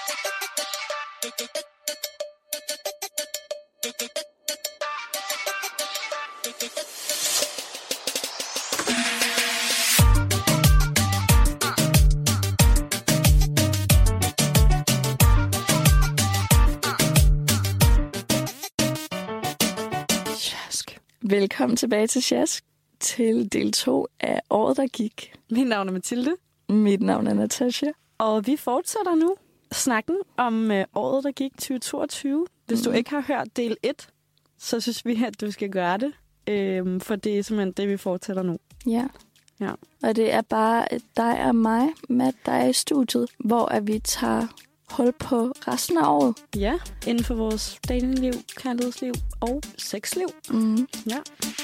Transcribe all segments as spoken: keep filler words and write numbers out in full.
Velkommen tilbage til Sjask, til del to af Året, der gik. Mit navn er Mathilde. Mit navn er Natasha. Og vi fortsætter nu snakken om øh, Året, der gik tyve toogtyve. Hvis mm. du ikke har hørt del et, så synes vi, at du skal gøre det. Øhm, for det er simpelthen det, vi fortsætter nu. Ja. ja. Og det er bare dig og mig, Matt, der er i studiet, hvor at vi tager hul på resten af året. Ja, inden for vores datingliv, kærlighedsliv og sexliv. Mm. Ja.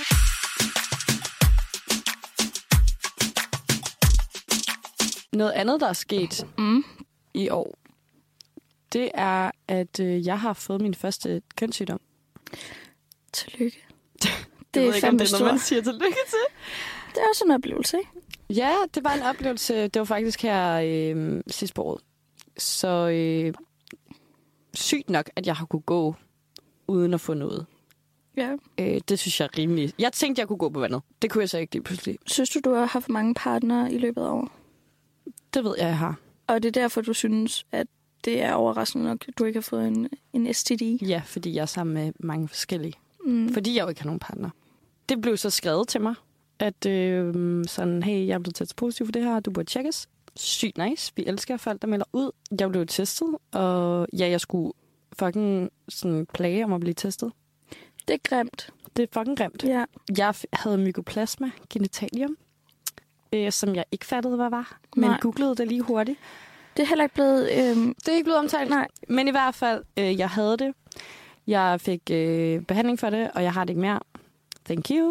Noget andet, der er sket mm. i år, det er, at øh, jeg har fået min første kønssygdom. Tillykke. det det er fandme stort. Det er noget, man siger tillykke til. Det er også en oplevelse, ikke? Ja, det var en oplevelse. Det var faktisk her øh, sidst på året. Så øh, sygt nok, at jeg har kunne gå uden at få noget. Ja. Øh, det synes jeg er rimeligt. Jeg tænkte, jeg kunne gå på vandet. Det kunne jeg så ikke lige pludselig. Synes du, du har haft mange partnere i løbet af året? Det ved jeg, jeg har. Og det er derfor, du synes, at det er overraskende nok, at du ikke har fået en, en S T D? Ja, fordi jeg er sammen med mange forskellige. Mm. Fordi jeg jo ikke har nogen partner. Det blev så skrevet til mig, at øh, sådan, hey, jeg er blevet testet positiv for det her, du burde tjekkes. Sygt nice. Vi elsker folk, der melder ud. Jeg blev testet, og ja, jeg skulle fucking sådan plage om at blive testet. Det er grimt. Det er fucking grimt. Ja. Jeg havde mykoplasma genitalium, øh, som jeg ikke fattede, hvad var, men Nej. googlede det lige hurtigt. Det er heller ikke blevet... Øh... Det er ikke blevet omtalt. Nej. Men i hvert fald, øh, jeg havde det. Jeg fik øh, behandling for det, og jeg har det ikke mere. Thank you.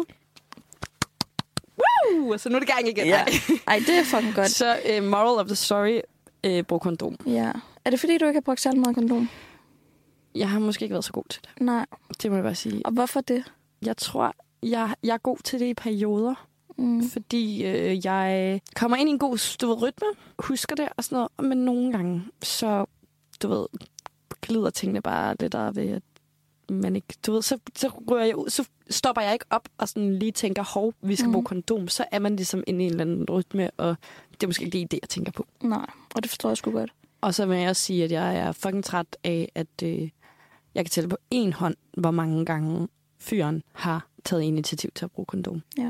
Woo! Så nu er det gang igen. Ja. Ej, det er fucking godt. Så uh, moral of the story, uh, brug kondom. Ja. Er det fordi, du ikke har brugt særlig meget kondom? Jeg har måske ikke været så god til det. Nej. Det må jeg bare sige. Og hvorfor det? Jeg tror, jeg, jeg er god til det i perioder. Mm. Fordi øh, jeg kommer ind i en god du ved, rytme, husker det og sådan noget. Men nogle gange, så du ved, glider tingene bare lidt af ved, at man ikke, du ved, så, så rører jeg ud, så stopper jeg ikke op og sådan lige tænker, hov, vi skal mm. bruge kondom. Så er man ligesom inde i en eller anden rytme, og det er måske ikke det, jeg tænker på. Nej, og det forstår jeg sgu godt. Og så vil jeg også sige, at jeg er fucking træt af, at øh, jeg kan tælle på én hånd, hvor mange gange fyren har taget initiativ til at bruge kondom. Ja.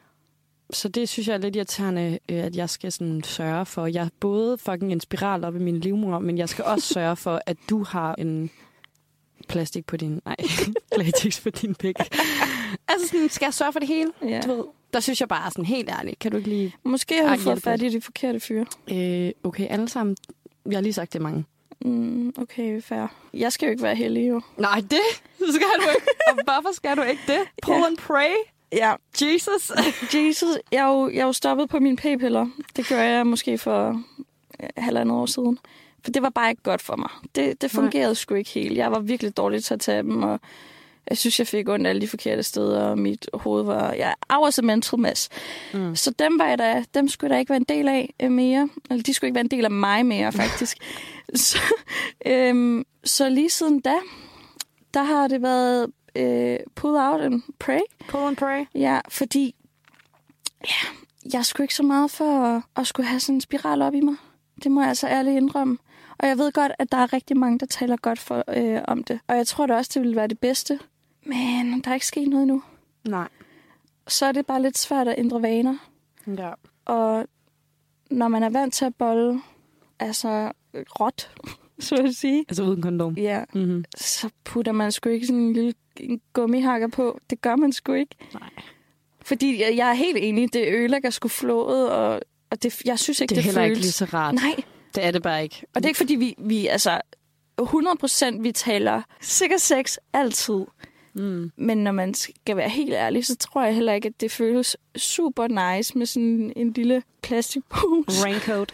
Så det synes jeg er lidt irriterende, at jeg skal sådan sørge for. Jeg er både fucking en spiral op i min livmor, men jeg skal også sørge for, at du har en plastik på din... Nej, latex på din pik. Altså sådan, skal jeg sørge for det hele? Ja. Du ved, der synes jeg bare sådan helt ærligt. Kan du ikke lige... Måske har du fået fat i de forkerte fyre. Øh, okay, alle sammen. Jeg har lige sagt det mange. Mm, okay, fair. Jeg skal jo ikke være heldig, jo. Nej, det skal du ikke. Og hvorfor skal du ikke det? Pull ja. and pray. Ja. Jesus. Jesus. Jeg er, jo, jeg er jo stoppet på mine p-piller. Det gjorde jeg måske for halvandet år siden. For det var bare ikke godt for mig. Det, det fungerede Nej. sgu ikke helt. Jeg var virkelig dårlig til at tage dem, og jeg synes, jeg fik ondt alle de forkerte steder, og mit hoved var... Ja, I was a mental mess. Mm. Så dem, var jeg da, dem skulle der ikke være en del af mere. Eller de skulle ikke være en del af mig mere, faktisk. så, øhm, så lige siden da, der har det været øh, pull out and pray. Pull and pray? Ja, fordi ja, jeg skulle ikke så meget for at, at skulle have sådan en spiral op i mig. Det må jeg altså ærligt indrømme. Og jeg ved godt, at der er rigtig mange, der taler godt for, øh, om det. Og jeg tror da også, det ville være det bedste. Men der er ikke sket noget endnu. Nej. Så er det bare lidt svært at ændre vaner. Ja. Og når man er vant til at bolle, altså råt, så vil jeg sige. Altså uden kondom. Ja. Mm-hmm. Så putter man sgu ikke sådan en lille en gummihakker på. Det gør man sgu ikke. Nej. Fordi jeg, jeg er helt enig, det ødelægger sgu flået, og, og det, jeg synes ikke, det, det er det heller føles. ikke lige så rart. Nej. Det er det bare ikke. Og det er ikke, fordi vi, vi altså hundrede procent vi taler sikker sex altid. Mm. Men når man skal være helt ærlig, så tror jeg heller ikke, at det føles super nice med sådan en lille plastikpose. Raincoat.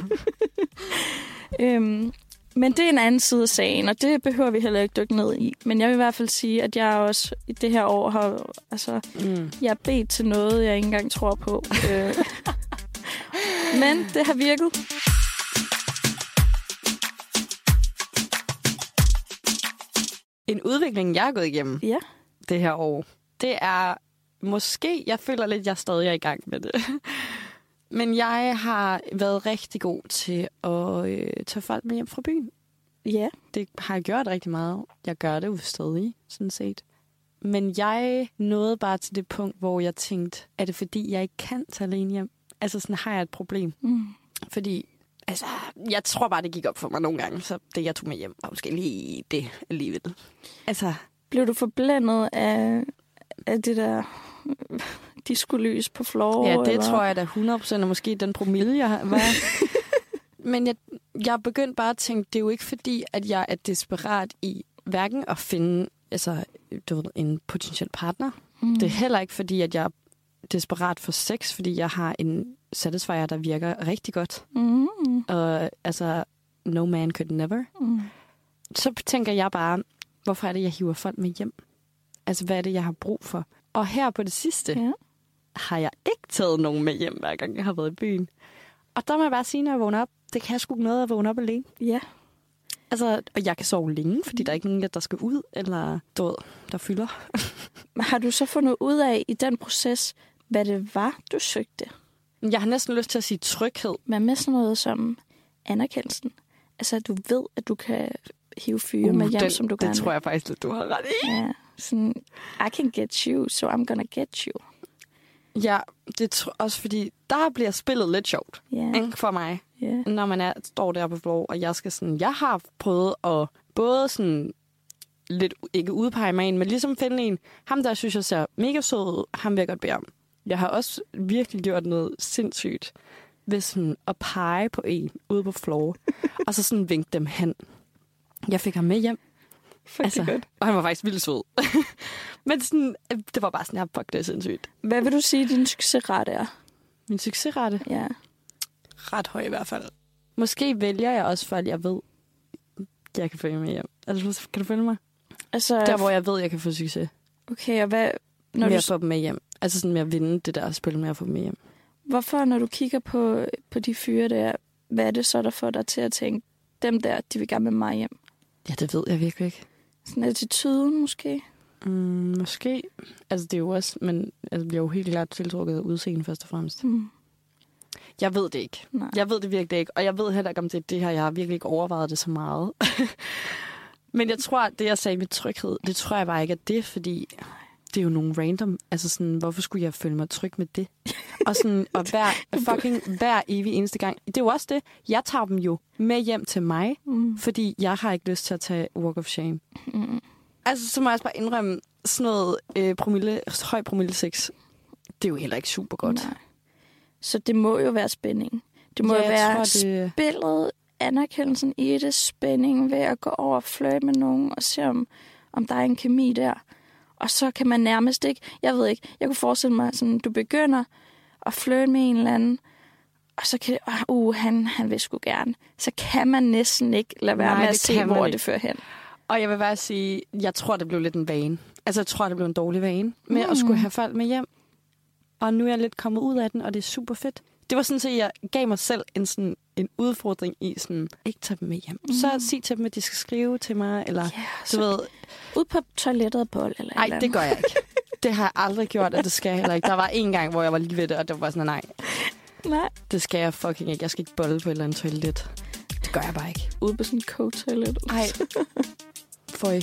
øhm, men det er en anden side af sagen, og det behøver vi heller ikke dykke ned i. Men jeg vil i hvert fald sige, at jeg også i det her år har, altså, mm. jeg er bedt til noget, jeg ikke engang tror på. øh. Men det har virket. En udvikling, jeg har gået igennem Ja. det her år, det er måske, jeg føler lidt, jeg stadig er i gang med det. Men jeg har været rigtig god til at øh, tage folk med hjem fra byen. Ja. Det har jeg gjort rigtig meget. Jeg gør det jo stadig, sådan set. Men jeg nåede bare til det punkt, hvor jeg tænkte, er det fordi, jeg ikke kan tage alene hjem? Altså sådan har jeg et problem. Mm. Fordi, altså, jeg tror bare, det gik op for mig nogle gange, så det, jeg tog med hjem, var måske lige det alligevel. Altså, Blev du forblændet af, af det der diskolys på floor? ja, det eller? tror jeg da hundrede procent, og måske den promille, jeg var. Men jeg, jeg begyndte bare at tænke, det er jo ikke fordi, at jeg er desperat i hverken at finde altså, du ved, en potentiel partner. Mm. Det er heller ikke fordi, at jeg er desperat for sex, fordi jeg har en satisfier, der virker rigtig godt. Mm. Og altså, no man could never. Mm. Så tænker jeg bare, hvorfor er det, jeg hiver folk med hjem? Altså, hvad er det, jeg har brug for? Og her på det sidste, Ja. har jeg ikke taget nogen med hjem, hver gang jeg har været i byen. Og der må jeg bare sige, når jeg vågner op, det kan jeg sgu noget at vågne op alene. Ja. Altså, og jeg kan sove længe, fordi der er ikke nogen, der skal ud, eller du ved, der fylder. Har du så fundet ud af i den proces, hvad det var, du søgte? Jeg har næsten lyst til at sige tryghed. Men med sådan noget som anerkendelsen. Altså, at du ved, at du kan hive fyre Uh, med hjem, den, som du det gerne tror jeg faktisk, at du har ret i. Ja, sådan, I can get you, so I'm gonna get you. Ja, det er også fordi, der bliver spillet lidt sjovt, Ja, ikke, for mig. ja. Når man er, står der på floor, og jeg skal sådan, jeg har prøvet at både sådan lidt, ikke udpege mig en, men ligesom finde en, ham der synes jeg ser mega sød ud, ham vil jeg godt bede om. Jeg har også virkelig gjort noget sindssygt ved sådan at pege på en ude på floor, og så sådan vinke dem hen. Jeg fik ham med hjem. Altså, godt. Og han var faktisk vildt sød. Men sådan, det var bare sådan, ja, fuck, det er sindssygt. Hvad vil du sige, din succesrate er? Min succesrate? Ja. Ret høj i hvert fald. Måske vælger jeg også, for at jeg ved, jeg kan følge med hjem. Altså, kan du følge mig? Altså, Der, hvor jeg ved, jeg kan få succes. Okay, og hvad... Når Med du, at få dem med hjem. Altså sådan med at vinde det der spil med at få dem med hjem. hvorfor, når du kigger på, på de fyre der, hvad er det så, der får dig til at tænke, dem der, de vil gerne med mig hjem? Ja, det ved jeg virkelig ikke. Sådan attituden måske? Mm, måske. Altså, det er jo også... Men altså, jeg bliver jo helt klart tiltrukket af udseende først og fremmest. Hmm. Jeg ved det ikke. Nej. Jeg ved det virkelig ikke. Og jeg ved heller ikke, om det er det her. Jeg har virkelig ikke overvejet det så meget. Men jeg tror, at det, jeg sagde med tryghed, det tror jeg bare ikke er det, fordi det er jo nogle random... Altså sådan, hvorfor skulle jeg føle mig tryg med det? Og sådan, og hver, fucking hver evig eneste gang. Det er jo også det. Jeg tager dem jo med hjem til mig, Mm. fordi jeg har ikke lyst til at tage walk of shame. Mm. Altså, så må jeg også bare indrømme, sådan noget øh, promille, høj promille sex, det er jo heller ikke super godt. Nej. Så det må jo være spænding. Det må Ja, jo jeg være tror, det- spillet, anerkendelsen i det, spænding ved at gå over og flirte med nogen og se, om, om der er en kemi der. Og så kan man nærmest ikke, jeg ved ikke, jeg kunne forestille mig, sådan, du begynder at flirte med en eller anden, og så kan det, uh, han, han vil sgu gerne. Så kan man næsten ikke lade være Nej, med at det se, kan man hvor ikke. det fører hen. Og jeg vil bare sige, jeg tror, det blev lidt en vane. Altså, jeg tror, det blev en dårlig vane med mm. at skulle have folk med hjem. Og nu er jeg lidt kommet ud af den, og det er super fedt. Det var sådan, at jeg gav mig selv en, sådan, en udfordring i sådan, ikke tage dem med hjem. Mm. Så sig til dem, at de skal skrive til mig, eller Ja, du så ved... ud på toilettet og bold eller Nej, et eller det gør jeg ikke. Det har jeg aldrig gjort, og det skal jeg heller ikke. Der var en gang, hvor jeg var lige ved det, og det var sådan, nej, Nej, det skal jeg fucking ikke. Jeg skal ikke bolle på et eller andet toilet. Det gør jeg bare ikke. ude på sådan en co-toilet. Ej, føj.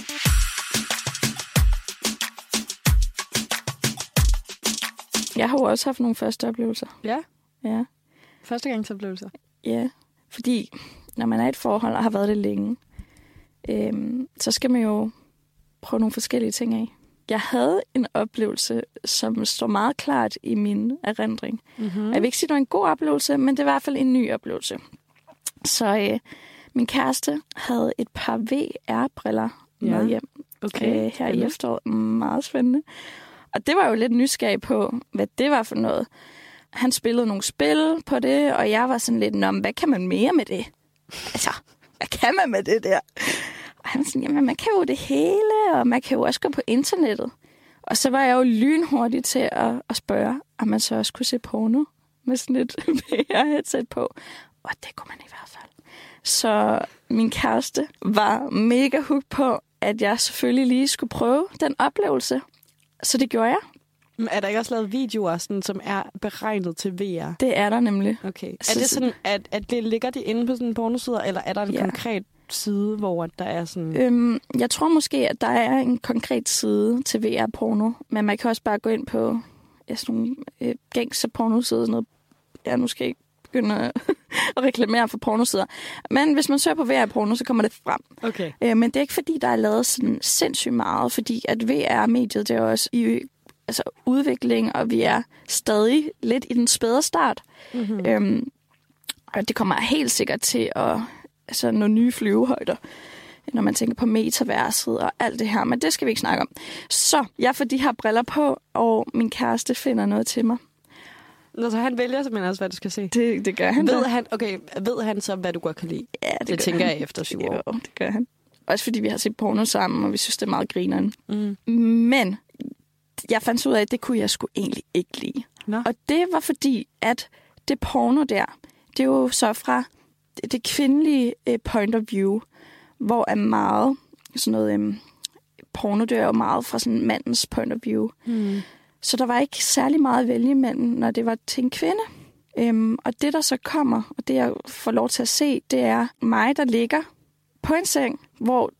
Jeg har jo også haft nogle første oplevelser. Ja, Ja. første gangsoplevelser. Ja, fordi når man er i et forhold og har været det længe, øhm, så skal man jo prøve nogle forskellige ting af. Jeg havde en oplevelse, som står meget klart i min erindring. Mm-hmm. Jeg vil ikke sige, at det var en god oplevelse, men det var i hvert fald en ny oplevelse. Så øh, min kæreste havde et par V R-briller Ja. med hjem Okay, øh, her i spændende. efteråret. Meget spændende. Og det var jo lidt nysgerrig på, hvad det var for noget. Han spillede nogle spil på det, og jeg var sådan lidt, nå, men hvad kan man mere med det? Altså, hvad kan man med det der? Og han var sådan, jamen, man kan jo det hele, og man kan jo også gå på internettet. Og så var jeg jo lynhurtig til at, at spørge, om man så også kunne se porno med sådan et V R-headset på. Og det kunne man i hvert fald. Så min kæreste var mega hooked på at jeg selvfølgelig lige skulle prøve den oplevelse. Så det gjorde jeg. Men er der ikke også lavet videoer, sådan, som er beregnet til V R? Det er der nemlig. Okay. Er det sådan, at, at det ligger det inde på sådan en pornoside, eller er der en ja. konkret side, hvor der er sådan... Øhm, jeg tror måske, at der er en konkret side til V R-porno, men man kan også bare gå ind på ja, sådan nogle øh, gængse pornosider. Sådan noget. Jeg nu skal ikke begynde at reklamere for pornosider. Men hvis man søger på V R-porno, så kommer det frem. Okay. Øh, men det er ikke, fordi der er lavet sådan sindssygt meget, fordi at V R-mediet, det er også i altså, udvikling, og vi er stadig lidt i den spæde start. Mm-hmm. Øhm, og det kommer helt sikkert til at altså, nå nye flyvehøjder, når man tænker på metaverset og alt det her. Men det skal vi ikke snakke om. Så jeg får de her briller på, og min kæreste finder noget til mig. Nå, så han vælger simpelthen også, hvad du skal se? Det, det gør han. Ved han, okay, ved han så, hvad du godt kan lide? Ja, det, det tænker han. jeg efter syv år. Jo, det gør han. Også fordi vi har set porno sammen, og vi synes, det er meget grineren. Mm. Men jeg fandt ud af, at det kunne jeg sgu egentlig ikke lide. Nå. Og det var fordi, at det porno der, det er jo så fra det kvindelige eh, point of view, hvor er meget sådan noget um, porno, det er jo meget fra sådan mandens point of view. Mm. Så der var ikke særlig meget at vælge mellem, når det var til en kvinde. Um, og det, der så kommer, og det jeg får lov til at se, det er mig, der ligger på en seng, hvor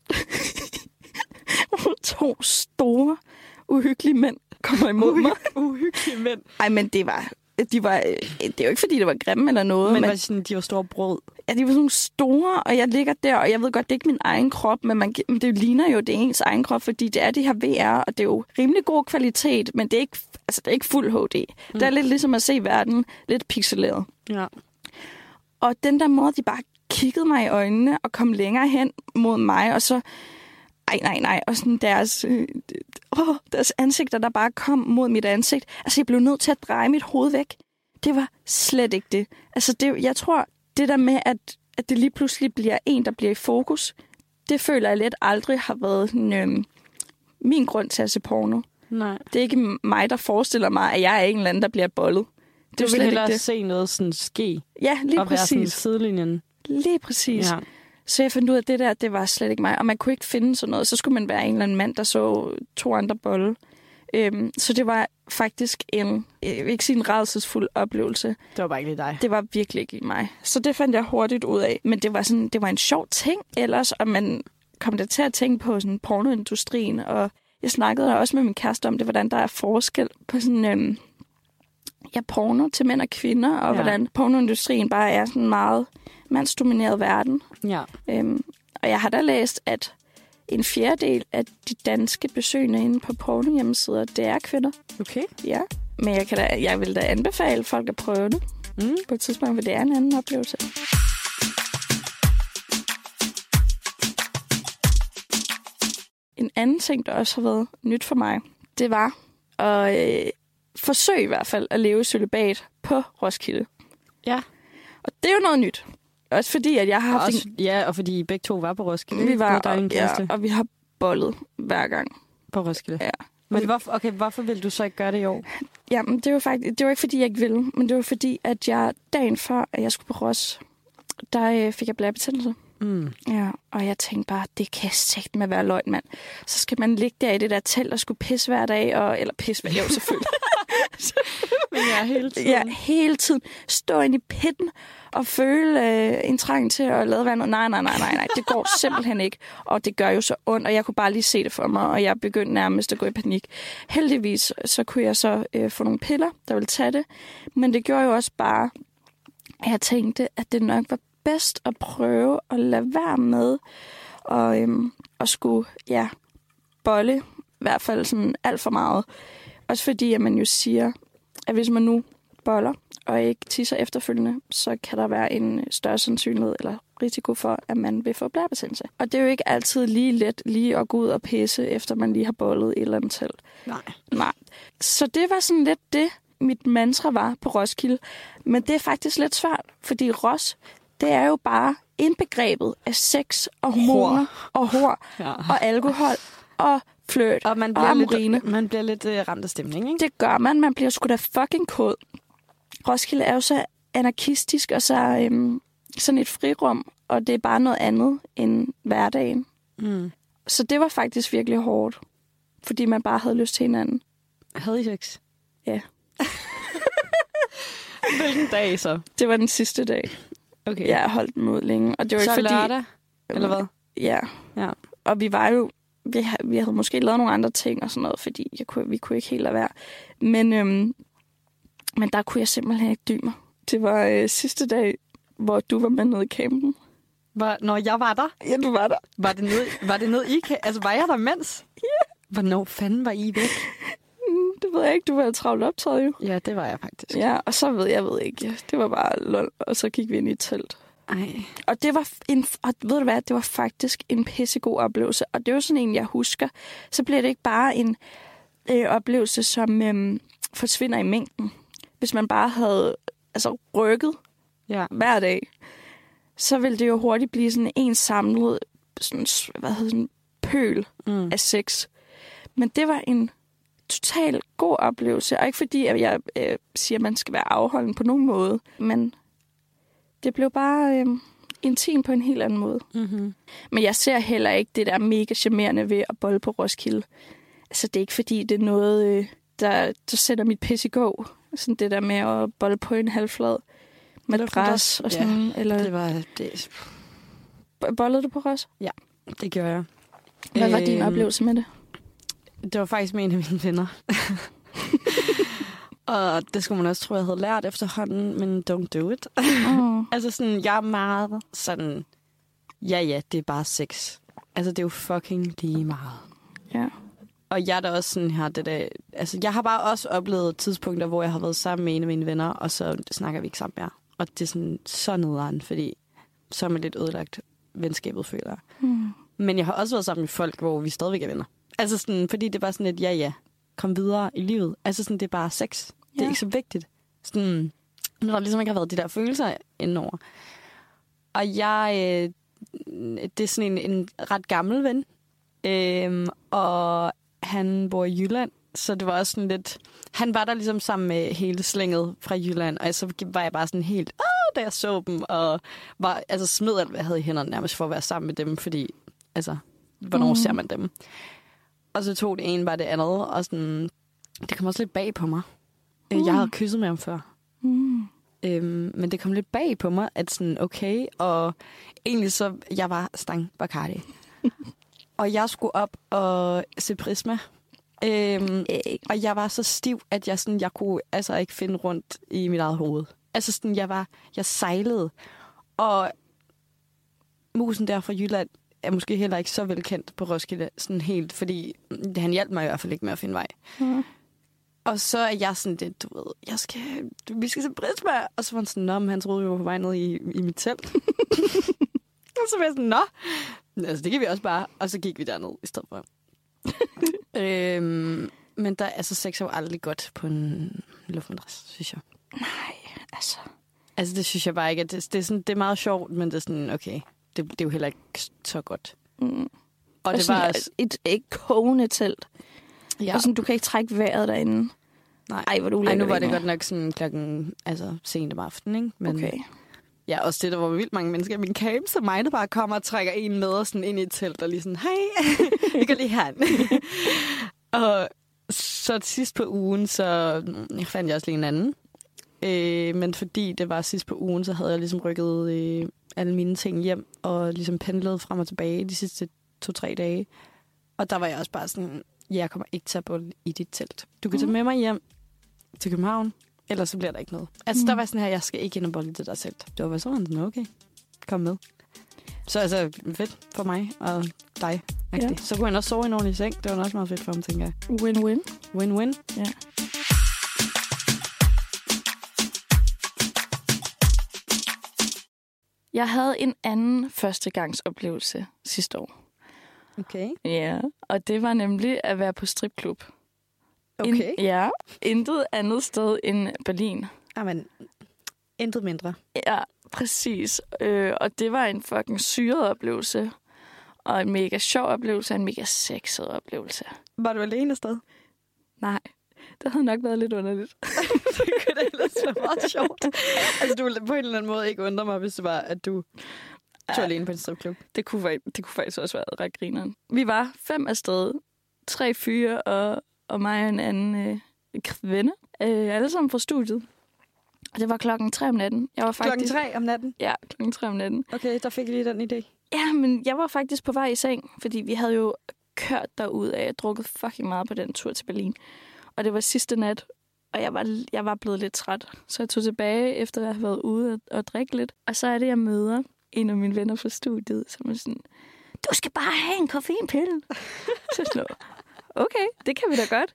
to store, uhyggelige mænd kommer imod mig. Uhyggelige mænd? Ej, men det var... De var, det er jo ikke, fordi det var grimme eller noget. Men, men var sådan, de var store brød? Ja, de var sådan store, og jeg ligger der, og jeg ved godt, det er ikke min egen krop, men man, det ligner jo, det er ens egen krop, fordi det er det her V R, og det er jo rimelig god kvalitet, men det er ikke, altså, det er ikke fuld H D. Mm. Det er lidt ligesom at se verden lidt pixeleret. Ja. Og den der måde, de bare kiggede mig i øjnene og kom længere hen mod mig, og så Ej, nej, nej. Og sådan deres, øh, åh, deres ansigter, der bare kom mod mit ansigt. Altså, jeg blev nødt til at dreje mit hoved væk. Det var slet ikke det. Altså, det, jeg tror, det der med, at, at det lige pludselig bliver en, der bliver i fokus, det føler jeg lidt aldrig har været sådan, øh, min grund til at se porno. Nej. Det er ikke mig, der forestiller mig, at jeg er en eller anden, der bliver bollet. Det du vil hellere se noget sådan ske. Ja, lige og præcis. Og være sådan sidelinjen. Lige præcis. Ja. Så jeg fandt ud af, at det der, det var slet ikke mig. Og man kunne ikke finde sådan noget. Så skulle man være en eller anden mand, der så to andre bolle. Øhm, så det var faktisk en, jeg vil ikke sige en rædselsfuld oplevelse. Det var bare ikke lige dig. Det var virkelig ikke mig. Så det fandt jeg hurtigt ud af. Men det var, sådan, det var en sjov ting ellers, og man kom der til at tænke på sådan pornoindustrien. Og jeg snakkede også med min kæreste om det, hvordan der er forskel på sådan øhm, ja, porno til mænd og kvinder, og ja. Hvordan pornoindustrien bare er sådan en meget mandsdomineret verden. Ja. Øhm, og jeg har da læst, at en fjerdedel af de danske besøgende inde på pornohjemmesider, det er kvinder. Okay. Ja, men jeg, kan da, jeg vil da anbefale folk at prøve det mm. på et tidspunkt, for det er en anden oplevelse. En anden ting, der også har været nyt for mig, det var at øh, forsøge i hvert fald at leve cølibat på Roskilde. Ja. Og det er jo noget nyt. Også fordi, at jeg har haft... Også, en... Ja, og fordi I begge to var på Roskilde. Vi var, og, ja, og vi har bollet hver gang. På Roskilde? Ja. Men hvorfor, okay, hvorfor vil du så ikke gøre det i år? Jamen, det var faktisk, det var ikke, fordi jeg ikke ville, men det var fordi, at jeg dagen før, at jeg skulle på Ros, der øh, fik jeg blærebetændelse. Mm. Ja, og jeg tænkte bare, det kan sætte med at være løgn, mand. Så skal man ligge der i det der telt og skulle pisse hver dag, og, eller pisse hver dag, jo selvfølgelig. Men ja, hele tiden. Ja, hele tiden. Stå ind i pitten og føle øh, en trang til at lade vandet. Nej, nej, nej, nej, nej. Det går simpelthen ikke. Og det gør jo så ondt, og jeg kunne bare lige se det for mig, og jeg begyndte nærmest at gå i panik. Heldigvis så kunne jeg så øh, få nogle piller, der ville tage det. Men det gjorde jo også bare, at jeg tænkte, at det nok var bedst at prøve at lade være med og, øhm, og skulle, ja, bolle i hvert fald sådan alt for meget. Også fordi, at man jo siger, at hvis man nu boller og ikke tisser efterfølgende, så kan der være en større sandsynlighed eller risiko for, at man vil få blærebetændelse. Og det er jo ikke altid lige let lige at gå ud og pisse, efter man lige har bollet et eller andet telt. Nej. Nej. Så det var sådan lidt det, mit mantra var på Roskilde. Men det er faktisk lidt svært, fordi Ros, det er jo bare indbegrebet af sex og hormoner og hår ja. Og alkohol og fløjt og man bliver og lidt, man bliver lidt uh, ramt af stemning, ikke? Det gør man. Man bliver sgu da fucking kod. Roskilde er jo så anarkistisk og så øhm, sådan et frirum, og det er bare noget andet end hverdagen. Mm. Så det var faktisk virkelig hårdt, fordi man bare havde lyst til hinanden. Havde I sex? Ja. Hvilken dag så? Det var den sidste dag. Okay. Jeg holdt den ud længe. Og det var så ikke fordi... lørdag? Eller hvad? Ja. Ja. Og vi var jo... Vi, vi havde måske lavet nogle andre ting og sådan noget, fordi jeg kunne, vi kunne ikke helt lade være. Men, øhm, men der kunne jeg simpelthen ikke dy mig. Det var øh, sidste dag, hvor du var med nede i campen. Var, når jeg var der? Ja, du var der. Var det noget, var det noget I kan... Altså, var jeg der mens? Ja. Yeah. Hvornår fanden var I væk? Mm, det ved jeg ikke. Du var travlt optaget jo. Ja, det var jeg faktisk. Ja, og så ved jeg ved ikke. Det var bare lol, og så gik vi ind i et telt. Ej. Og det var en, og ved du hvad, det var faktisk en pissegod oplevelse. Og det var sådan en, jeg husker. Så bliver det ikke bare en øh, oplevelse, som øh, forsvinder i mængden. Hvis man bare havde altså, rykket ja. hver dag, så ville det jo hurtigt blive sådan en samlet sådan, hvad hedder sådan, pøl mm. af sex. Men det var en total god oplevelse. Og ikke fordi, at jeg øh, siger, at man skal være afholden på nogen måde. Men det blev bare øh, intim på en helt anden måde. Mm-hmm. Men jeg ser heller ikke det der mega charmerende ved at bolle på Roskilde. Altså, det er ikke fordi, det er noget, øh, der, der sætter mit pis i gå. Sådan det der med at bolle på en halvflad madras og sådan. Ja, eller... det var... Det... Bollede du på Ros? Ja, det gjorde jeg. Hvad var din oplevelse med det? Det var faktisk med en af mine venner. Og det skulle man også tro, jeg havde lært efterhånden, men don't do it. Oh. Altså sådan, jeg er meget sådan, ja ja, det er bare sex. Altså det er jo fucking lige meget. Ja. Og jeg er da også sådan her, det der, altså jeg har bare også oplevet tidspunkter, hvor jeg har været sammen med en af mine venner, og så snakker vi ikke sammen mere. Og det er sådan så nederen, fordi så er man lidt ødelagt venskabet, føler jeg. Hmm. Men jeg har også været sammen med folk, hvor vi stadigvæk er venner. Altså sådan, fordi det var sådan et, ja ja, kom videre i livet. Altså sådan, det er bare sex. Ja. Det er ikke så vigtigt. Sådan, når der ligesom ikke har været de der følelser indenover. Og jeg, øh, det er sådan en, en ret gammel ven. Øh, og han bor i Jylland, så det var også sådan lidt... Han var der ligesom sammen med hele slænget fra Jylland, og så var jeg bare sådan helt... Åh, da jeg så dem, og var, altså, smed alt, hvad jeg havde i hænderne nærmest for at være sammen med dem, fordi... Altså, hvornår mm. ser man dem? Og så tog det ene bare det andet, og sådan... Det kom også lidt bag på mig. Mm. Jeg havde kysset med ham før. Mm. Øhm, men det kom lidt bag på mig, at sådan, okay, og egentlig så... Jeg var stang Bacardi. Og jeg skulle op og se Prisma. Øhm, og jeg var så stiv, at jeg, sådan, jeg kunne altså ikke finde rundt i mit eget hoved. Altså sådan, jeg var, jeg sejlede. Og musen der fra Jylland er måske heller ikke så velkendt på Roskilde, sådan helt, fordi han hjalp mig i hvert fald ikke med at finde vej. Mm. Og så er jeg sådan lidt, du ved, jeg skal, vi skal se Prisma. Og så var han sådan, nå, men han troede, vi var på vej ned i, i mit telt. Og så var jeg sådan, nå, altså det kan vi også bare. Og så gik vi derned i stedet for. øhm, men der, altså, sex er jo aldrig godt på en luftmadras, synes jeg. Nej, altså. Altså, det synes jeg bare ikke. At det, det, er sådan, det er meget sjovt, men det er sådan, okay, det, det er jo heller ikke så godt. Mm. Og, og det var også... Et, et kogende telt. Ja. Og sådan, du kan ikke trække vejret derinde. Nej. Ej, hvor du Ej, nu var det godt nok sådan klokken, altså sent om aftenen, ikke? Men, okay. Ja, også det, der var vildt mange mennesker i min camp, så mig, der bare kommer og trækker en med og sådan ind i et telt, og lige sådan, hej, vi går lige her. Og så sidst på ugen, så jeg fandt jeg også lige en anden. Øh, men fordi det var sidst på ugen, så havde jeg ligesom rykket øh, alle mine ting hjem, og ligesom pendlet frem og tilbage de sidste to-tre dage. Og der var jeg også bare sådan, ja, jeg kommer ikke til at bo i dit telt. Du kan tage med mig hjem til København, ellers så bliver der ikke noget. Altså, mm. der var sådan her, jeg skal ikke ind og bolle i det der telt. Det var bare sådan, okay, kom med. Så altså, fedt for mig og dig. Ja. Så kunne han også sove i en ordentlig seng. Det var også meget fedt for ham, tænker jeg. Win-win. Win-win. Ja. Jeg havde en anden førstegangsoplevelse sidste år. Okay. Ja, og det var nemlig at være på stripklub. Okay. In, ja, intet andet sted end Berlin. Jamen, intet mindre. Ja, præcis. Øh, og det var en fucking syret oplevelse. Og en mega sjov oplevelse, og en mega sexet oplevelse. Var du alene sted? Nej, det havde nok været lidt underligt. Det kunne da ellers være meget sjovt. Altså, du ville på en eller anden måde ikke undre mig, hvis det var, at du Du er alene på en stripklub. Det kunne, det kunne faktisk også være ret grineren. Vi var fem afsted. Tre fyre og, og mig og en anden øh, kvinde. Øh, alle sammen fra studiet. Og det var klokken tre om natten. Jeg var faktisk... Klokken tre om natten? Ja, klokken tre om natten. Okay, der fik jeg lige den idé. Ja, men jeg var faktisk på vej i seng, fordi vi havde jo kørt derud af. Jeg drukket fucking meget på den tur til Berlin. Og det var sidste nat, og jeg var, jeg var blevet lidt træt. Så jeg tog tilbage, efter at have været ude og, og drikke lidt. Og så er det, jeg møder en af mine venner fra studiet, som er sådan, du skal bare have en koffeinpille. Så sådan, okay, det kan vi da godt.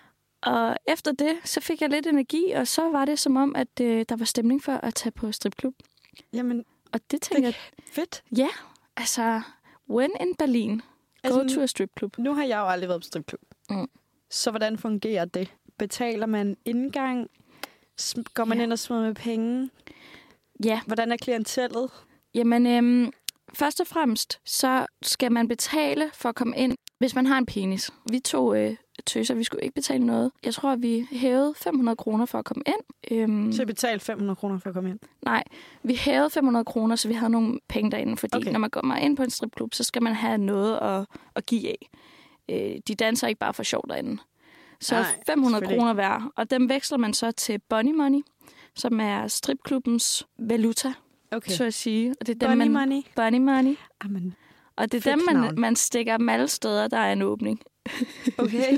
Og efter det, så fik jeg lidt energi, og så var det som om, at øh, der var stemning for at tage på stripklub. Jamen, og det tænker jeg... Fedt. Ja, altså, when in Berlin, altså, go to a stripklub. Nu har jeg jo aldrig været på stripklub. Mm. Så hvordan fungerer det? Betaler man indgang? Går man ja. ind og smider med penge? Ja. Hvordan er klientellet? Jamen, øhm, først og fremmest, så skal man betale for at komme ind, hvis man har en penis. Vi tog øh, tøser, vi skulle ikke betale noget. Jeg tror, vi hævede fem hundrede kroner for at komme ind. Øhm, så I betalte fem hundrede kroner for at komme ind? Nej, vi hævede fem hundrede kroner, så vi havde nogle penge derinde. Fordi okay. når man kommer ind på en stripklub, så skal man have noget at, at give af. Øh, de danser ikke bare for sjov derinde. Så nej, fem hundrede kroner hver. Og dem veksler man så til Bunny Money, som er stripklubbens valuta, okay. så at sige. Og det er Bunny dem, man, Money? Bunny Money. Amen. Og det er dem, man, man stikker dem alle steder, der er en åbning. Okay.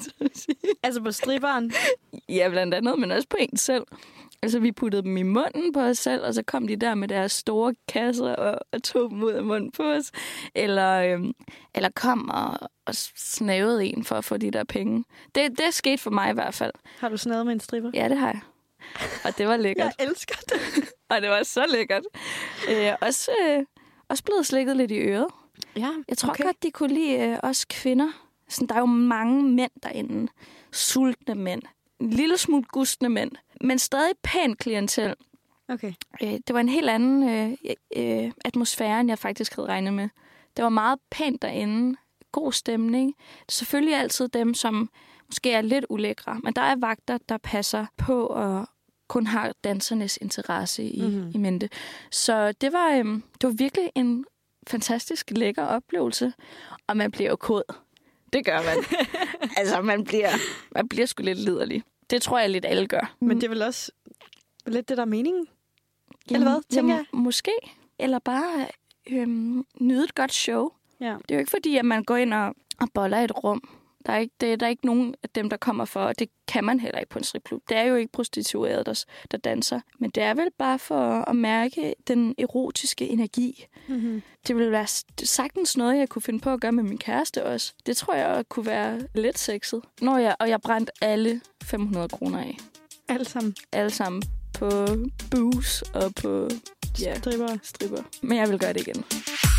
Altså på stripperen? Ja, blandt andet, men også på en selv. Altså, vi puttede dem i munden på os selv, og så kom de der med deres store kasser og, og tog dem ud af munden på os. Eller, øhm, eller kom og, og snavede en for at få de der penge. Det, det skete for mig i hvert fald. Har du snavet med en stripper? Ja, det har jeg. Og det var lækkert. Jeg elsker det. Og det var så lækkert. Øh, også, øh, også blevet slikket lidt i øret. Ja, Jeg tror okay. godt, de kunne lide øh, os kvinder. Sådan, der er jo mange mænd derinde. Sultne mænd. En lille smule gustne mænd. Men stadig pænt klientel. Okay. Øh, det var en helt anden øh, øh, atmosfære, end jeg faktisk havde regnet med. Det var meget pænt derinde. God stemning. Det er selvfølgelig altid dem, som måske er lidt ulækre. Men der er vagter, der passer på og kun har dansernes interesse i, mm-hmm. i mente. Så det var, øh, det var virkelig en fantastisk lækker oplevelse. Og man bliver jo kod. Det gør man. altså, man bliver, man bliver sgu lidt liderlig. Det tror jeg lidt alle gør. Men det er vel også lidt det, der er meningen? Eller hvad, tænker jeg? Måske. Eller bare øhm, nyde et godt show. Ja. Det er jo ikke fordi, at man går ind og, og boller et rum. Der er, ikke, det er der ikke nogen af dem, der kommer for, og det kan man heller ikke på en stripklub. Det er jo ikke prostituerede, der, der danser. Men det er vel bare for at mærke den erotiske energi. Mm-hmm. Det ville være sagtens noget, jeg kunne finde på at gøre med min kæreste også. Det tror jeg kunne være lidt sexet. Når jeg, og jeg brændte alle fem hundrede kroner af. Alle sammen? Alle sammen på booze og på ja, stripper. stripper. Men jeg vil gøre det igen.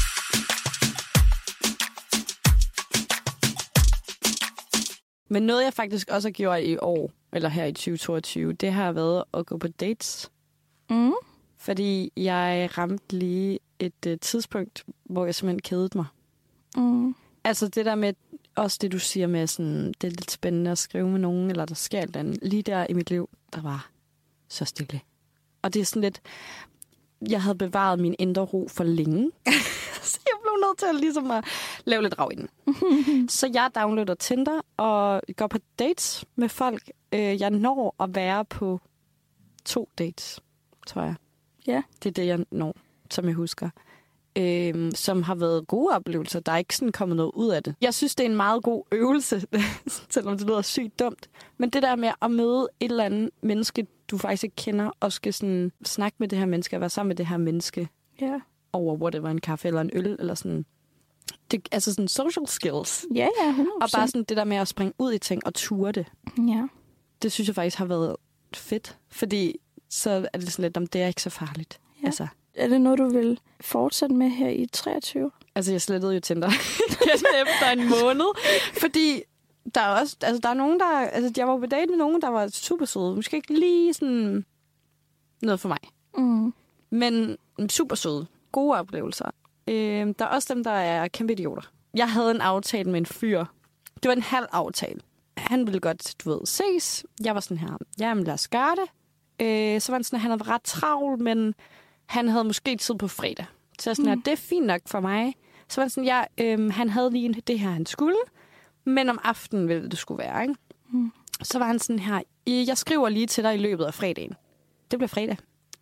Men noget, jeg faktisk også har gjort i år, eller her i tyve toogtyve, det har været at gå på dates. Mm. Fordi jeg ramte lige et uh, tidspunkt, hvor jeg simpelthen kedede mig. Mm. Altså det der med, også det du siger med, sådan, det er lidt spændende at skrive med nogen, eller der sker alt andet. Lige der i mit liv, der var så stille. Og det er sådan lidt, jeg havde bevaret min indre ro for længe. Så jeg blev nødt til at, ligesom at lave lidt rav i den. Så jeg downloader Tinder og går på dates med folk. Jeg når at være på to dates, tror jeg. Ja. Det er det, jeg når, som jeg husker. Øhm, som har været gode oplevelser. Der er ikke sådan kommet noget ud af det. Jeg synes, det er en meget god øvelse, selvom det lyder sygt dumt. Men det der med at møde et eller andet menneske, du faktisk ikke kender, og skal sådan snakke med det her menneske, og være sammen med det her menneske, ja. over whatever, en kaffe eller en øl, eller sådan. Det, altså sådan social skills. Ja, ja, hundrede procent. Og bare sådan det der med at springe ud i ting og ture det. Ja. Det synes jeg faktisk har været fedt, fordi så er det sådan lidt, om det er ikke så farligt. Ja. Altså. Er det noget, du vil fortsætte med her i treogtyve? Altså, jeg slettede jo Tinder efter en måned, fordi der er også, altså der er nogen, der, altså jeg var på date med nogen, der var super søde. Måske ikke lige sådan noget for mig. Mm. Men super søde. Gode oplevelser. Øh, der er også dem, der er kæmpe idioter. Jeg havde en aftale med en fyr. Det var en halv aftale. Han ville godt, du ved, ses. Jeg var sådan her, jamen lad os gøre det. Øh, så var han sådan, at han havde ret travlt, men han havde måske tid på fredag Så sådan, mm. det er fint nok for mig. Så var det sådan, ja, øhm, han havde lige det her, han skulle, men om aftenen ville det skulle være, ikke? Mm. Så var han sådan her, jeg skriver lige til dig i løbet af fredagen. Det blev fredag.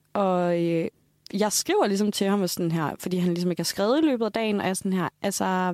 Og øh, jeg skriver ligesom til ham sådan her, fordi han ligesom ikke har skrevet i løbet af dagen, og jeg er sådan her, altså,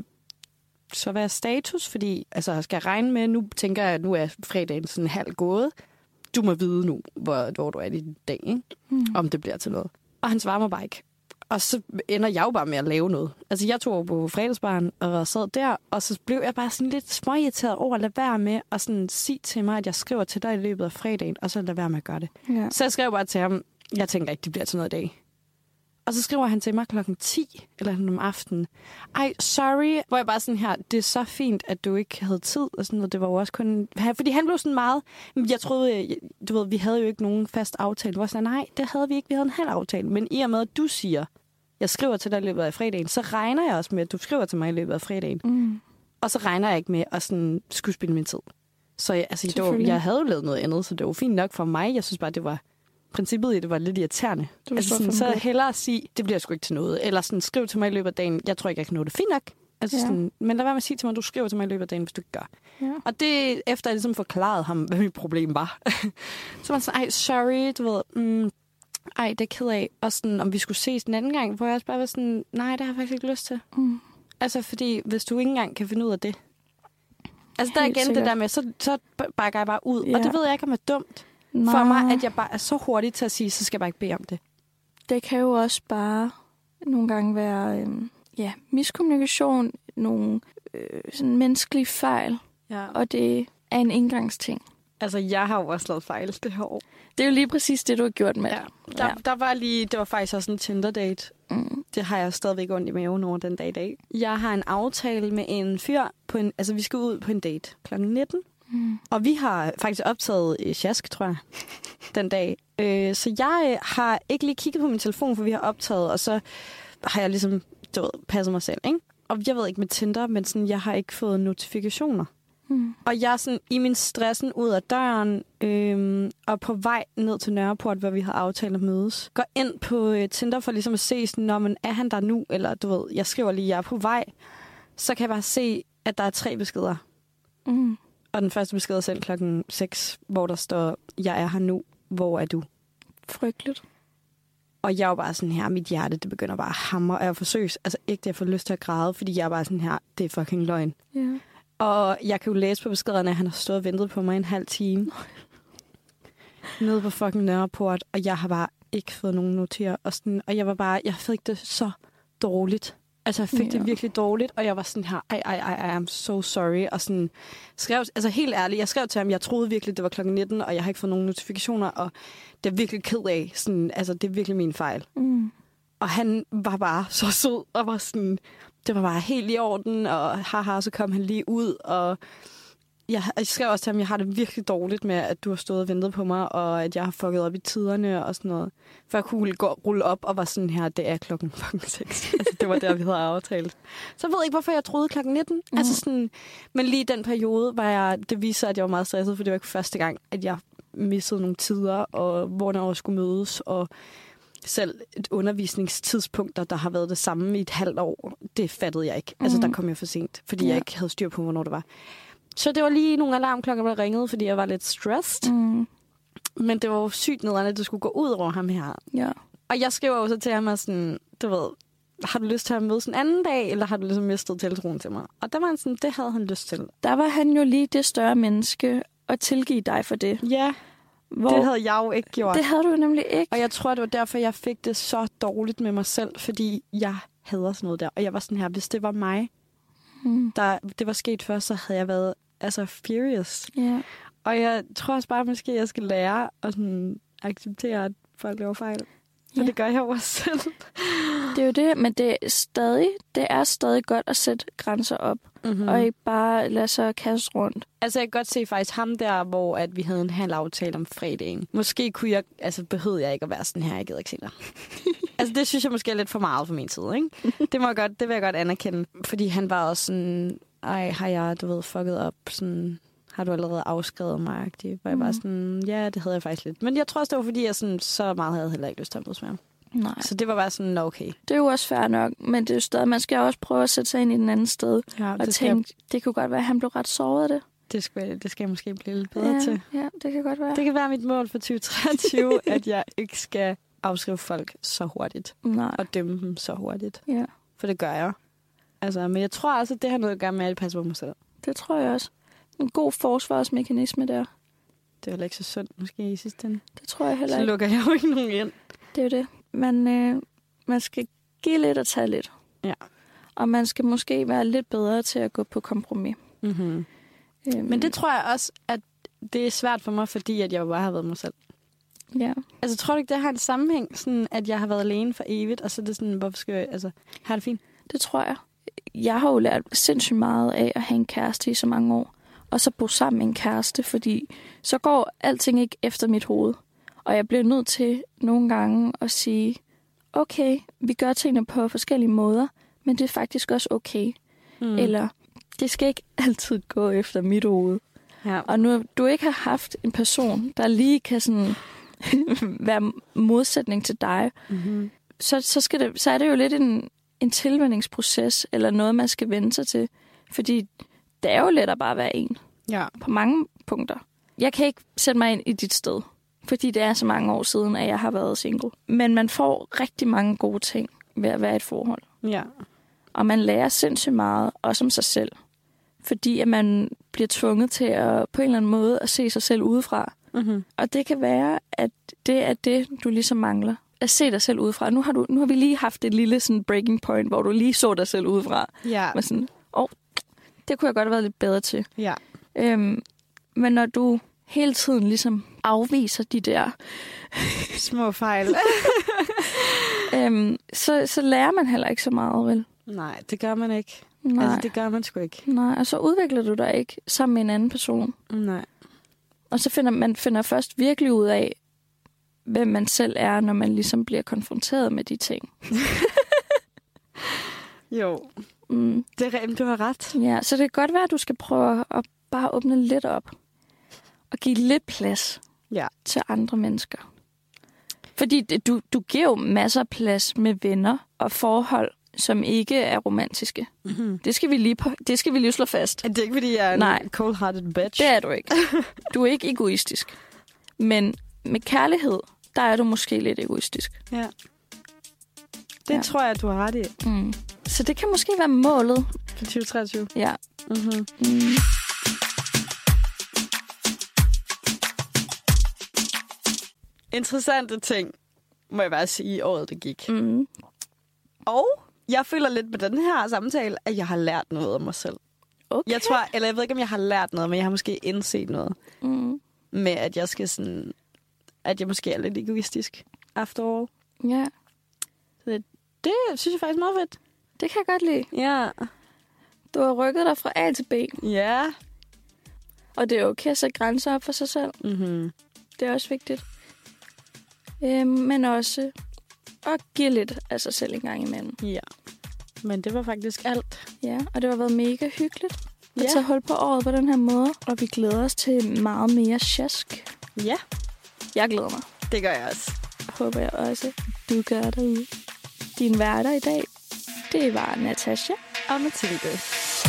så hvad er status? Fordi, altså, skal jeg regne med, nu tænker jeg, at nu er fredagen sådan halv gået. Du må vide nu, hvor, hvor du er i dag, ikke? Mm. Om det bliver til noget. Og han svarer mig bare ikke. Og så ender jeg jo bare med at lave noget. Altså, jeg tog på fredagsbaren og sad der, og så blev jeg bare sådan lidt småirriteret over at lade være med at sådan sige til mig, at jeg skriver til dig i løbet af fredagen, og så lade være med at gøre det. Ja. Så jeg skrev bare til ham, jeg tænker ikke, det bliver til noget i dag. Og så skriver han til mig klokken ti, eller om aftenen. Ej, sorry. Hvor jeg bare sådan her, det er så fint, at du ikke havde tid. Og sådan noget. Det var jo også kun... Fordi han blev sådan meget... Jeg troede, du ved, vi havde jo ikke nogen fast aftale. Det var sådan, nej, det havde vi ikke. Vi havde en halv aftale. Men i og med, at du siger, jeg skriver til dig i løbet af fredagen, så regner jeg også med, at du skriver til mig i løbet af fredagen. Mm. Og så regner jeg ikke med at sådan, skulle spille min tid. Så jeg, altså, det var, jeg havde jo lavet noget andet, så det var fint nok for mig. Jeg synes bare, det var... Princippet i det var lidt irriterende. Altså sådan, så hellere at sige, det bliver sgu ikke til noget. Eller sådan, skriv til mig i løbet af dagen, jeg tror ikke, jeg kan nå det. Fint nok. Altså, ja. Sådan, men lad være med at sige til mig, du skriver til mig i løbet af dagen, hvis du ikke gør. Ja. Og det, efter jeg ligesom forklarede ham, hvad mit problem var. Så var han sådan, ej, sorry, du ved, mm, ej, det er ked af. Og sådan, om vi skulle ses en anden gang, hvor jeg også bare var sådan, nej, det har jeg faktisk ikke lyst til. Mm. Altså, fordi hvis du ikke engang kan finde ud af det. Altså, der er igen sikkert det der med, så, så bakker jeg bare ud. Ja. Og det ved jeg ikke, om det er dumt. Nej. For mig, at jeg bare er så hurtig til at sige, så skal jeg bare ikke bede om det. Det kan jo også bare nogle gange være øhm, ja, miskommunikation, nogle øh, sådan menneskelige fejl, ja. Og det er en indgangsting. Altså, jeg har jo også lavet fejl det her år. Det er jo lige præcis det, du har gjort med. Ja. Der, ja. der var lige, det var faktisk også en Tinder-date. Mm. Det har jeg stadigvæk ondt i maven over den dag i dag. Jeg har en aftale med en fyr, på en, altså vi skal ud på en date klokken nitten. Mm. Og vi har faktisk optaget øh, sjask, tror jeg, den dag. Øh, så jeg øh, har ikke lige kigget på min telefon, for vi har optaget, og så har jeg ligesom, du ved, passet mig selv, ikke? Og jeg ved ikke med Tinder, men sådan, jeg har ikke fået notifikationer. Mm. Og jeg er sådan i min stressen ud af døren, øh, og på vej ned til Nørreport, hvor vi har aftalt at mødes. Går ind på øh, Tinder for ligesom at se, sådan, når man er han der nu, eller du ved, jeg skriver lige, jeg er på vej. Så kan jeg bare se, at der er tre beskeder. Mm. Og den første besked er sendt klokken seks, hvor der står, jeg er her nu, hvor er du? Frygteligt. Og jeg er jo bare sådan her, mit hjerte, det begynder bare at hamre, og jeg forsøger, altså ikke, jeg får lyst til at græde, fordi jeg er bare sådan her, det er fucking løgn. Yeah. Og jeg kan jo læse på beskederne, at han har stået og ventet på mig en halv time. Nede på fucking Nørreport, og jeg har bare ikke fået nogen notier. Og, sådan, og jeg var bare, jeg fik det så dårligt. Altså, jeg fik yeah. det virkelig dårligt, og jeg var sådan her, ej, ej, ej, I'm so sorry. Og sådan, skrev, altså helt ærligt, jeg skrev til ham, jeg troede virkelig, det var klokken nitten, og jeg har ikke fået nogen notifikationer, og det er virkelig ked af. Sådan, altså, det er virkelig min fejl. Mm. Og han var bare så sød, og var sådan, det var bare helt i orden, og haha, så kom han lige ud, og jeg, jeg skrev også til ham, jeg har det virkelig dårligt med, at du har stået og ventet på mig, og at jeg har fucket op i tiderne og sådan noget. For jeg kunne gå, rulle op og var sådan her, det er klokken fucking seks. Altså, det var der, vi havde aftalt. Så jeg ved ikke, hvorfor jeg troede klokken nitten. Mm. Altså sådan, men lige den periode, var jeg, det viser, at jeg var meget stresset, for det var ikke første gang, at jeg missede nogle tider, og hvornår jeg skulle mødes, og selv et undervisningstidspunkt, der har været det samme i et halvt år, det fattede jeg ikke. Mm. Altså, der kom jeg for sent, fordi ja. jeg ikke havde styr på, hvornår det var. Så det var lige nogle alarmklokker, der ringede, fordi jeg var lidt stressed. Mm. Men det var jo sygt nederen, at det skulle gå ud over ham her. Ja. Og jeg skriver jo så til ham sådan, du ved, har du lyst til at mødes en anden dag, eller har du ligesom mistet tiltroen til mig? Og der var han sådan, det havde han lyst til. Der var han jo lige det større menneske, og tilgive dig for det. Ja, hvor det havde jeg jo ikke gjort. Det havde du nemlig ikke. Og jeg tror, det var derfor, jeg fik det så dårligt med mig selv, fordi jeg hader sådan noget der. Og jeg var sådan her, hvis det var mig, mm. der det var sket først, så havde jeg været altså furious. Yeah. Og jeg tror også bare, måske jeg skal lære at sådan, acceptere, at folk laver fejl. For yeah. det gør jeg jo også selv. Det er jo det, men det er stadig, det er stadig godt at sætte grænser op. Mm-hmm. Og ikke bare lade sig kaste rundt. Altså, jeg kan godt se faktisk ham der, hvor at vi havde en halv aftale om fredagen. Måske kunne jeg, altså behøvede jeg ikke at være sådan her, jeg gider ikke se dig. Altså, det synes jeg måske er lidt for meget for min side, ikke? Det må jeg godt, det vil jeg godt anerkende. Fordi han var også sådan, ej, har jeg, du ved, fucket op, sådan, har du allerede afskrevet mig? Hvor jeg mm. bare sådan, ja, det havde jeg faktisk lidt. Men jeg tror også, det var fordi, jeg sådan, så meget havde heller ikke lyst til at mødes med ham. Nej. Så det var bare sådan, okay. Det er jo også fair nok, men det er jo stadig, man skal også prøve at sætte sig ind i den anden sted. Ja, og det tænke, jeg, det kunne godt være, at han blev ret såret af det. Det skal, det skal jeg måske blive lidt bedre ja, til. Ja, det kan godt være. Det kan være mit mål for tyve treogtyve, at jeg ikke skal afskrive folk så hurtigt. Nej. Og dømme dem så hurtigt. Ja. For det gør jeg. Altså, men jeg tror også, at det har noget at gøre med, at jeg passer på mig selv. Det tror jeg også. En god forsvarsmekanisme der. Det er heller ikke så sundt, måske i sidste ende. Det tror jeg heller så ikke. Så lukker jeg jo ikke nogen ind. Det er jo det. Man, øh, man skal give lidt og tage lidt. Ja. Og man skal måske være lidt bedre til at gå på kompromis. Mm-hmm. Øhm. Men det tror jeg også, at det er svært for mig, fordi at jeg bare har været mig selv. Ja. Altså, tror du ikke, det har en sammenhæng, sådan, at jeg har været alene for evigt, og så er det sådan, hvorfor skal jeg, altså, har det fint? Det tror jeg. Jeg har jo lært sindssygt meget af at have en kæreste i så mange år, og så bo sammen med en kæreste, fordi så går alting ikke efter mit hoved. Og jeg bliver nødt til nogle gange at sige, okay, vi gør tingene på forskellige måder, men det er faktisk også okay. Mm. Eller, det skal ikke altid gå efter mit hoved. Ja. Og nu du ikke har haft en person, der lige kan sådan være modsætning til dig, mm-hmm. så, så, skal det, så er det jo lidt en, en tilvændingsproces, eller noget, man skal vende sig til. Fordi det er jo let at bare være en. Ja. På mange punkter. Jeg kan ikke sætte mig ind i dit sted, fordi det er så mange år siden, at jeg har været single. Men man får rigtig mange gode ting ved at være i et forhold. Ja. Og man lærer sindssygt meget, også om sig selv. Fordi at man bliver tvunget til at på en eller anden måde at se sig selv udefra. Mm-hmm. Og det kan være, at det er det, du ligesom mangler. At se dig selv udefra. Nu har, du, nu har vi lige haft et lille sådan breaking point, hvor du lige så dig selv udefra. Ja. Men sådan, åh, det kunne jeg godt have været lidt bedre til. Ja. Øhm, men når du hele tiden ligesom afviser de der små fejl, øhm, så, så lærer man heller ikke så meget, vel? Nej, det gør man ikke. Nej. Altså, det gør man sgu ikke. Nej, og så udvikler du dig ikke sammen med en anden person. Nej. Og så finder man finder først virkelig ud af, hvem man selv er, når man ligesom bliver konfronteret med de ting. Jo, mm. det er rent, du har ret. Ja, så det kan godt være, at du skal prøve at bare åbne lidt op. Og give lidt plads ja. til andre mennesker. Fordi det, du, du giver jo masser af plads med venner og forhold, som ikke er romantiske. Mm-hmm. Det skal vi lige på, det skal vi lige slå fast. Det er ikke, fordi jeg er Nej, en cold-hearted bitch. Det er du ikke. Du er ikke egoistisk. Men med kærlighed, der er du måske lidt egoistisk. Ja. Det ja. tror jeg, du har ret i. Mm. Så det kan måske være målet. For tyve treogtyve. Ja. Mm-hmm. Mm. Interessante ting, må jeg bare sige, i året, det gik. Mm. Og jeg føler lidt med den her samtale, at jeg har lært noget om mig selv. Okay. Jeg tror, eller jeg ved ikke, om jeg har lært noget, men jeg har måske indset noget. Mm. Med, at jeg skal sådan, at jeg måske er lidt egoistisk, after all. Ja. Det, det synes jeg faktisk er meget fedt. Det kan jeg godt lide. Ja. Du har rykket dig fra A til B. Ja. Og det er okay at sætte grænser op for sig selv. Mm-hmm. Det er også vigtigt. Øhm, men også at give lidt af sig selv en gang imellem. Ja. Men det var faktisk alt. Ja, og det har været mega hyggeligt at ja. tage hul på året på den her måde. Og vi glæder os til meget mere sjask. Ja. Jeg glæder mig. Det gør jeg også. Håber jeg også, du gør derude. Din værter i dag, det var Natasha og Mathilde.